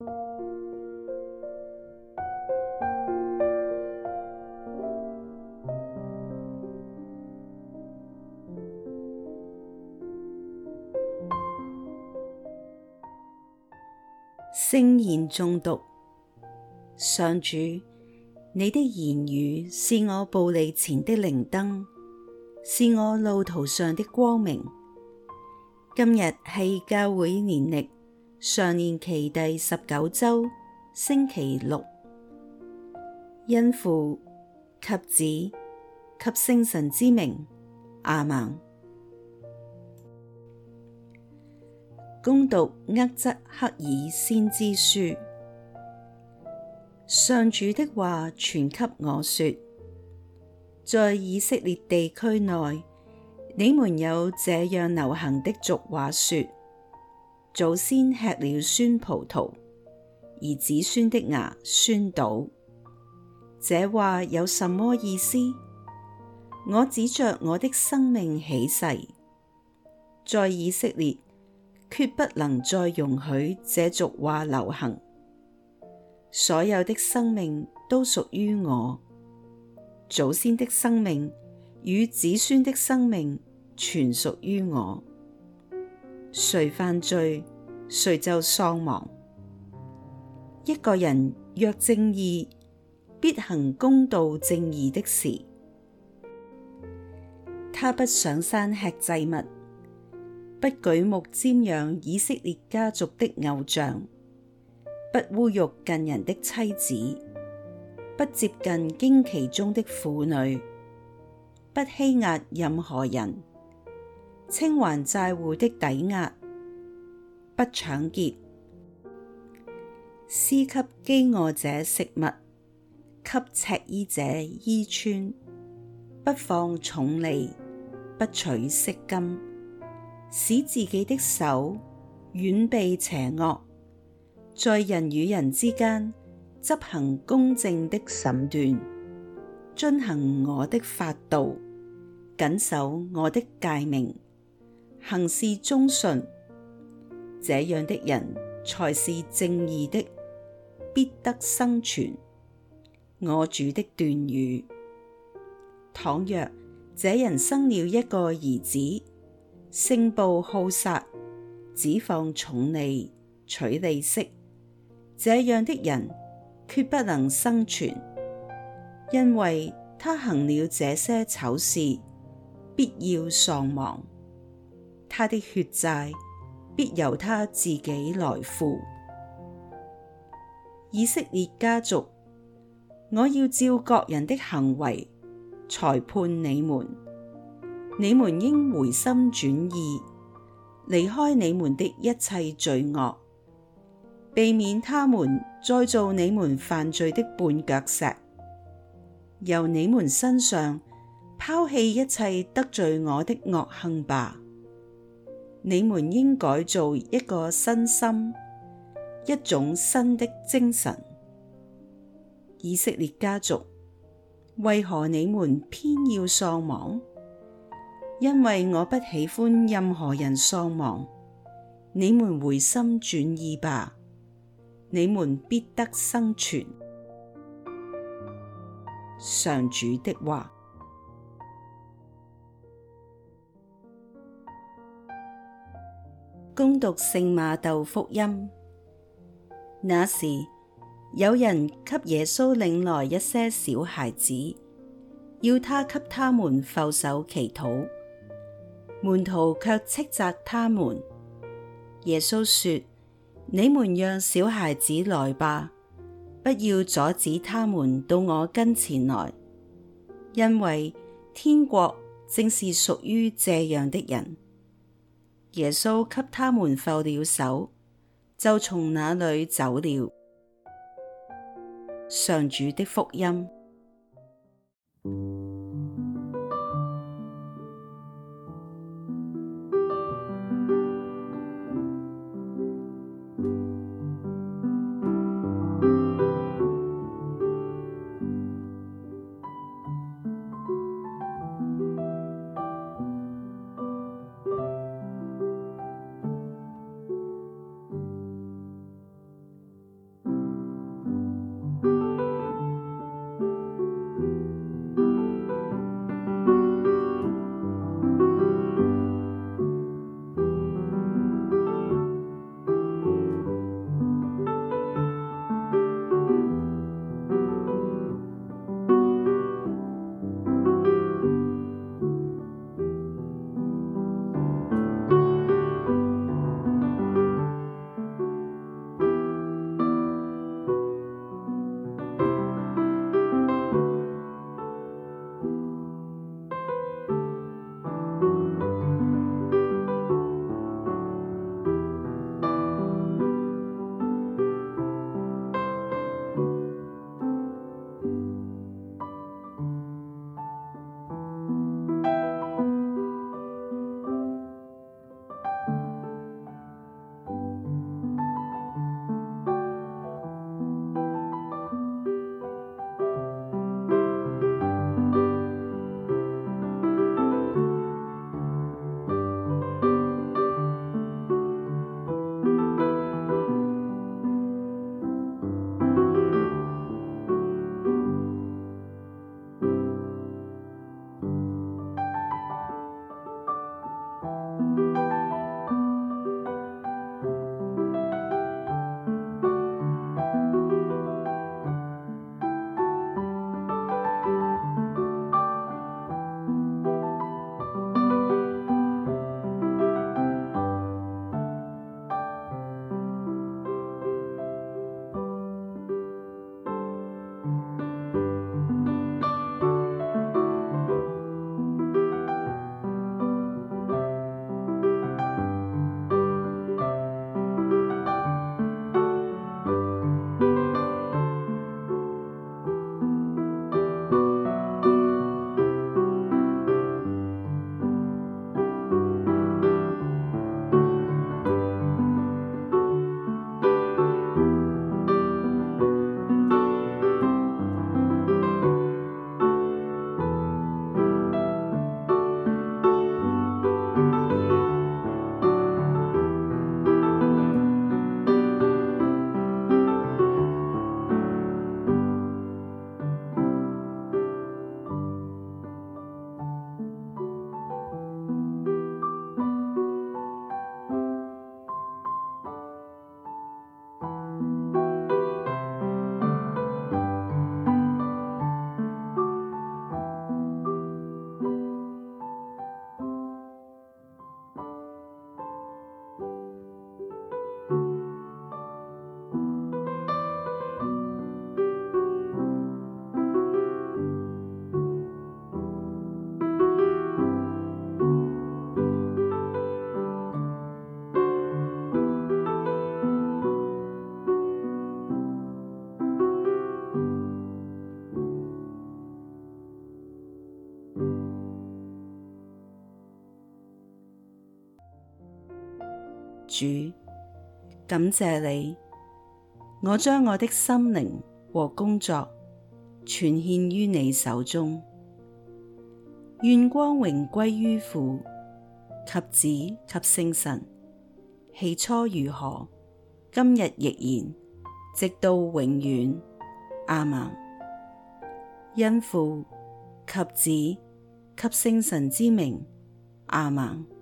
聖言誦讀。上主，你的言語是我步履前的靈燈，是我路途上的光明。今日係教會年曆常年期第19周星期六，因父及子及聖神之名，阿們。恭讀厄則克耳先知書。上主的話傳給我說：在以色列地區內，你們有這樣流行的俗話說：祖先吃了酸葡萄，而子孫的牙酸倒。這話有什麼意思？我指着我的生命起誓，在以色列決不能再容許這俗話流行。所有的生命都屬於我，祖先的生命與子孫的生命全屬於我。誰犯罪，誰就喪亡。一個人若正義，必行公道正義的事。他不上山吃祭物，不舉目瞻仰以色列家族的偶像，不污辱近人的妻子，不接近經期中的婦女，不欺壓任何人，清還債戶的抵押，不搶劫，施給饑餓者食物，給赤衣者衣穿，不放重利，不取色金，使自己的手遠避邪惡，在人與人之間執行公正的審斷，遵行我的法度，謹守我的誡命，行事忠信。這樣的人才是正義的，必得生存。我主的斷語。倘若這人生了一個兒子，性暴好殺，只放重利，取利息，這樣的人決不能生存，因為他行了這些醜事，必要喪亡。他的血債必由他自己來付。以色列家族，我要照各人的行為裁判你們。你們應回心轉意，離開你們的一切罪惡，避免他們再做你們犯罪的絆腳石。由你們身上拋棄一切得罪我的惡行吧。你們應改造一個新心，一種新的精神。以色列家族，為何你們偏要喪亡？因為我不喜歡任何人喪亡。你們回心轉意吧，你們必得生存。上主的話。恭讀聖瑪竇福音。那時，有人給耶穌領來一些小孩子，要他給他們覆手祈禱。門徒卻斥責他們。耶穌說：你們讓小孩子來吧，不要阻止他們到我跟前來，因為天國正是屬於這樣的人。耶穌給他們覆了手，就從那裏走了。上主的福音。 主，感謝你，我將我的心靈和工作全獻於你手中。願光榮歸於父及子及聖神，起初如何，今日亦然，直到永遠。阿們。因父及子及聖神之名。阿們。